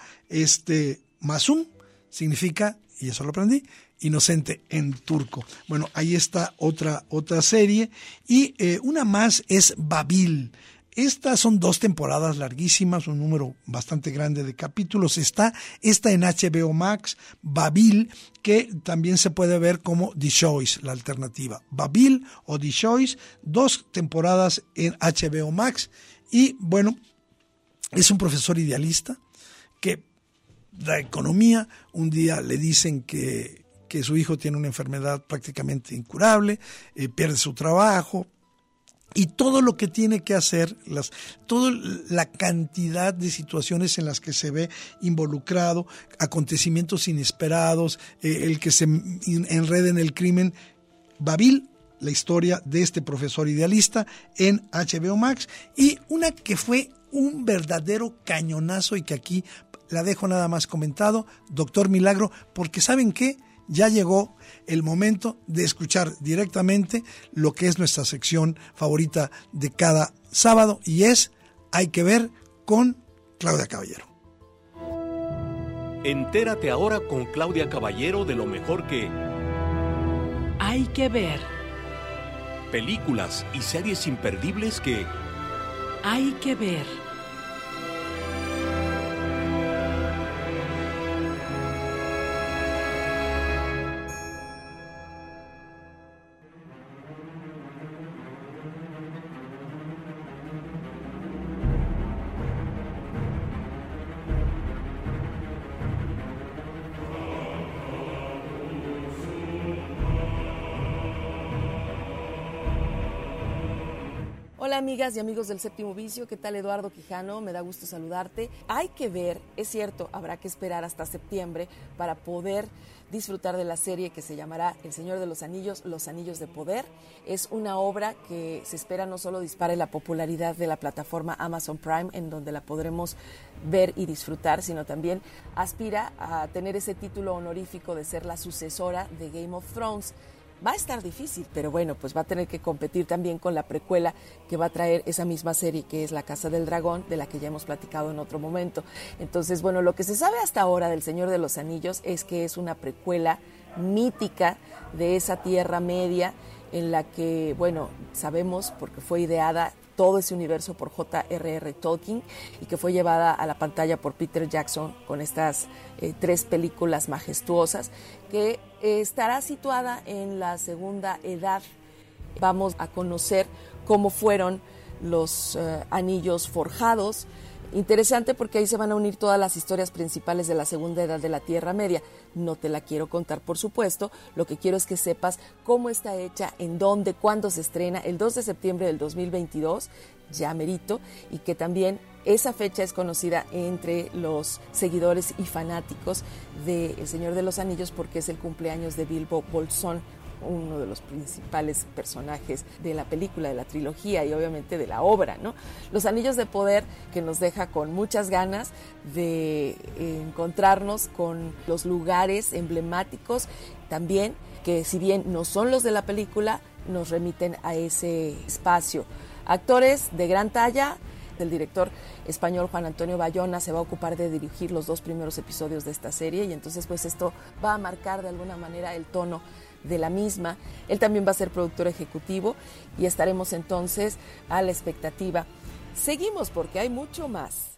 S1: Masum significa, y eso lo aprendí, inocente en turco. Bueno, ahí está otra serie. Y una más es Babil. Estas son 2 temporadas larguísimas, un número bastante grande de capítulos. Está en HBO Max, Babil, que también se puede ver como The Choice, la alternativa. Babil o The Choice, 2 temporadas en HBO Max. Y bueno, es un profesor idealista que da economía. Un día le dicen que su hijo tiene una enfermedad prácticamente incurable, pierde su trabajo. Y todo lo que tiene que hacer, toda la cantidad de situaciones en las que se ve involucrado, acontecimientos inesperados, el que se enrede en el crimen. Babil, la historia de este profesor idealista en HBO Max. Y una que fue un verdadero cañonazo y que aquí la dejo nada más comentado, Doctor Milagro, porque ¿saben qué? Ya llegó el momento de escuchar directamente lo que es nuestra sección favorita de cada sábado y es Hay que ver con Claudia Caballero.
S13: Entérate ahora con Claudia Caballero de lo mejor que
S2: Hay que ver.
S13: Películas y series imperdibles que
S2: Hay que ver.
S14: Hola amigas y amigos del Séptimo Vicio, ¿qué tal? Eduardo Quijano, me da gusto saludarte. Hay que ver, es cierto, habrá que esperar hasta septiembre para poder disfrutar de la serie que se llamará El Señor de los Anillos, Los Anillos de Poder. Es una obra que se espera no solo dispare la popularidad de la plataforma Amazon Prime, en donde la podremos ver y disfrutar, sino también aspira a tener ese título honorífico de ser la sucesora de Game of Thrones. Va a estar difícil, pero bueno, pues va a tener que competir también con la precuela que va a traer esa misma serie que es La Casa del Dragón, de la que ya hemos platicado en otro momento. Entonces, bueno, lo que se sabe hasta ahora del Señor de los Anillos es que es una precuela mítica de esa Tierra Media en la que, bueno, sabemos porque fue ideada todo ese universo por J.R.R. Tolkien y que fue llevada a la pantalla por Peter Jackson con estas 3 películas majestuosas, que estará situada en la Segunda Edad. Vamos a conocer cómo fueron los anillos forjados. Interesante porque ahí se van a unir todas las historias principales de la Segunda Edad de la Tierra Media. No te la quiero contar, por supuesto. Lo que quiero es que sepas cómo está hecha, en dónde, cuándo se estrena, el 2 de septiembre del 2022, ya merito, y que también esa fecha es conocida entre los seguidores y fanáticos de El Señor de los Anillos porque es el cumpleaños de Bilbo Bolsón, uno de los principales personajes de la película, de la trilogía y obviamente de la obra, ¿no? Los Anillos de Poder, que nos deja con muchas ganas de encontrarnos con los lugares emblemáticos también, que si bien no son los de la película, nos remiten a ese espacio. Actores de gran talla. El director español Juan Antonio Bayona se va a ocupar de dirigir los 2 primeros episodios de esta serie y entonces pues esto va a marcar de alguna manera el tono de la misma. Él también va a ser productor ejecutivo y estaremos entonces a la expectativa. Seguimos porque hay mucho más.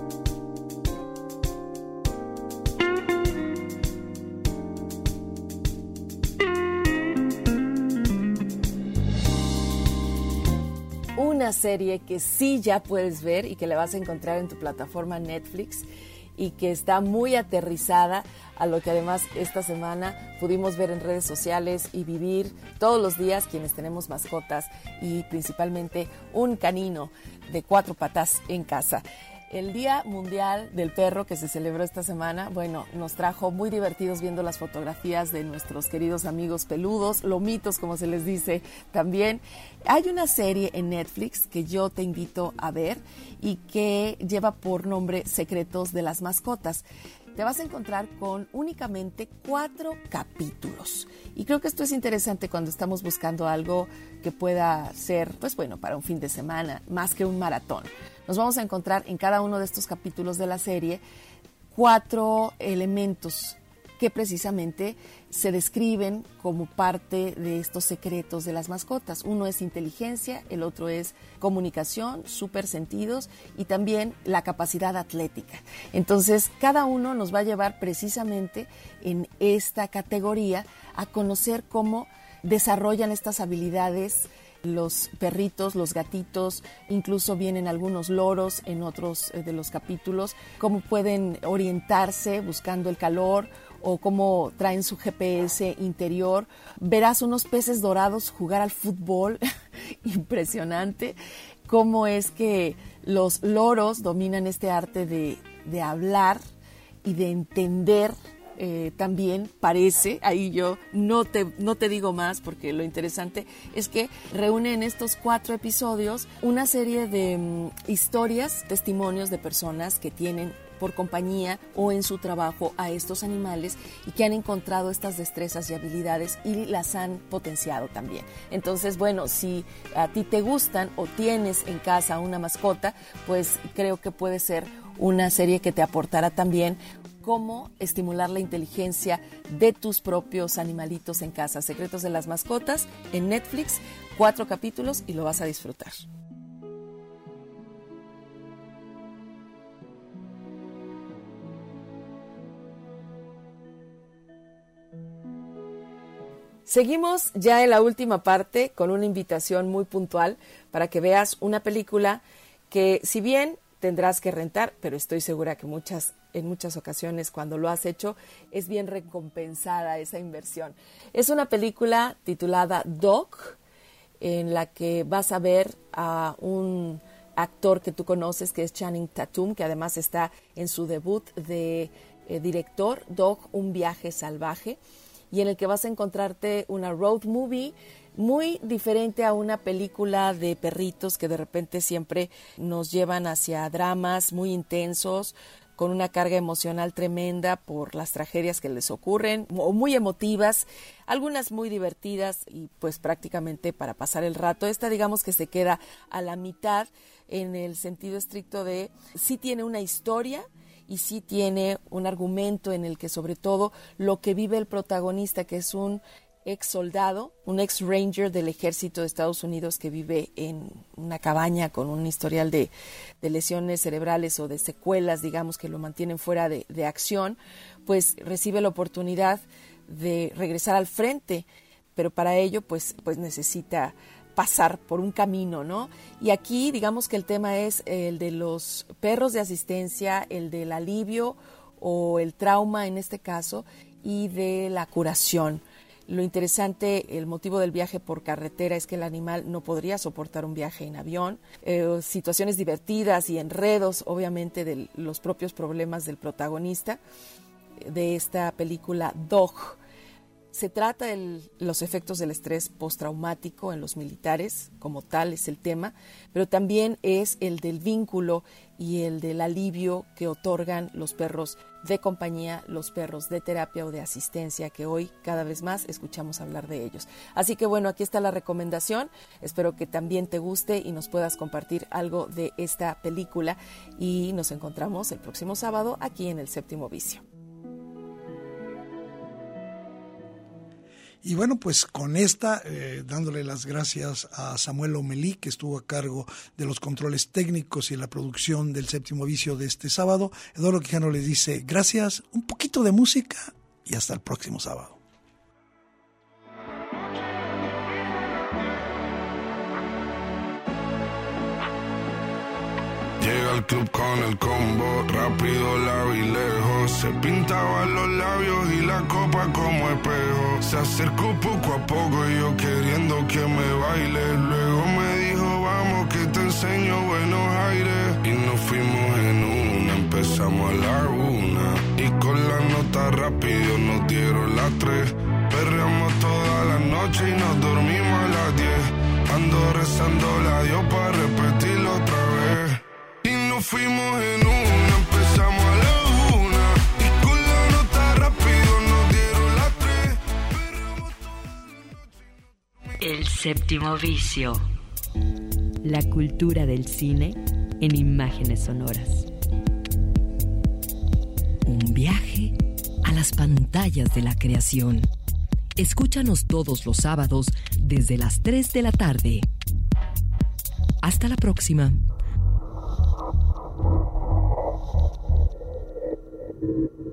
S14: Una serie que sí ya puedes ver y que la vas a encontrar en tu plataforma Netflix y que está muy aterrizada a lo que además esta semana pudimos ver en redes sociales y vivir todos los días quienes tenemos mascotas y principalmente un canino de 4 patas en casa. El Día Mundial del Perro que se celebró esta semana, bueno, nos trajo muy divertidos viendo las fotografías de nuestros queridos amigos peludos, lomitos como se les dice también. Hay una serie en Netflix que yo te invito a ver y que lleva por nombre Secretos de las Mascotas. Te vas a encontrar con únicamente 4 capítulos. Y creo que esto es interesante cuando estamos buscando algo que pueda ser, pues bueno, para un fin de semana, más que un maratón. Nos vamos a encontrar en cada uno de estos capítulos de la serie 4 elementos que precisamente se describen como parte de estos secretos de las mascotas. Uno es inteligencia, el otro es comunicación, supersentidos y también la capacidad atlética. Entonces, cada uno nos va a llevar precisamente en esta categoría a conocer cómo desarrollan estas habilidades los perritos, los gatitos, incluso vienen algunos loros en otros de los capítulos, cómo pueden orientarse buscando el calor o cómo traen su GPS interior. Verás unos peces dorados jugar al fútbol, impresionante, cómo es que los loros dominan este arte de hablar y de entender. También parece, ahí yo no te digo más porque lo interesante es que reúne en estos 4 episodios una serie de historias, testimonios de personas que tienen por compañía o en su trabajo a estos animales y que han encontrado estas destrezas y habilidades y las han potenciado también. Entonces, bueno, si a ti te gustan o tienes en casa una mascota, pues creo que puede ser una serie que te aportará también cómo estimular la inteligencia de tus propios animalitos en casa. Secretos de las Mascotas en Netflix, 4 capítulos y lo vas a disfrutar. Seguimos ya en la última parte con una invitación muy puntual para que veas una película que, si bien tendrás que rentar, pero estoy segura que en muchas ocasiones cuando lo has hecho es bien recompensada esa inversión. Es una película titulada Dog, en la que vas a ver a un actor que tú conoces, que es Channing Tatum, que además está en su debut de director, Dog, un viaje salvaje, y en el que vas a encontrarte una road movie muy diferente a una película de perritos que de repente siempre nos llevan hacia dramas muy intensos, con una carga emocional tremenda por las tragedias que les ocurren, o muy emotivas, algunas muy divertidas y pues prácticamente para pasar el rato. Esta digamos que se queda a la mitad en el sentido estricto de sí tiene una historia y sí tiene un argumento en el que sobre todo lo que vive el protagonista, que es un ex soldado, un ex ranger del ejército de Estados Unidos que vive en una cabaña con un historial de lesiones cerebrales o de secuelas, digamos, que lo mantienen fuera de acción, pues recibe la oportunidad de regresar al frente, pero para ello pues necesita pasar por un camino, ¿no? Y aquí digamos que el tema es el de los perros de asistencia, el del alivio o el trauma en este caso, y de la curación. Lo interesante, el motivo del viaje por carretera es que el animal no podría soportar un viaje en avión. Situaciones divertidas y enredos, obviamente, de los propios problemas del protagonista de esta película Dog. Se trata de los efectos del estrés postraumático en los militares, como tal es el tema, pero también es el del vínculo y el del alivio que otorgan los perros de compañía, los perros de terapia o de asistencia, que hoy cada vez más escuchamos hablar de ellos. Así que bueno, aquí está la recomendación, espero que también te guste y nos puedas compartir algo de esta película, y nos encontramos el próximo sábado aquí en El Séptimo Vicio.
S1: Y bueno, pues con esta, dándole las gracias a Samuel Omelí, que estuvo a cargo de los controles técnicos y la producción del Séptimo Vicio de este sábado, Eduardo Quijano le dice gracias, un poquito de música y hasta el próximo sábado.
S15: Llega al club con el combo, rápido la vi lejos. Se pintaba los labios y la copa como espejo. Se acercó poco a poco y yo queriendo que me baile. Luego me dijo, vamos que te enseño buenos aires. Y nos fuimos en una, empezamos a la 1. Y con la nota rápido nos dieron las 3. Perreamos toda la noche y nos dormimos a las 10. Ando rezando a Dios para repetirlo otra vez. Nos fuimos en una, empezamos a la 1. Y con la nota rápido nos dieron las 3.
S12: El Séptimo Vicio. La cultura del cine en imágenes sonoras. Un viaje a las pantallas de la creación. Escúchanos todos los sábados desde las 3 de la tarde. Hasta la próxima.
S15: Thank you.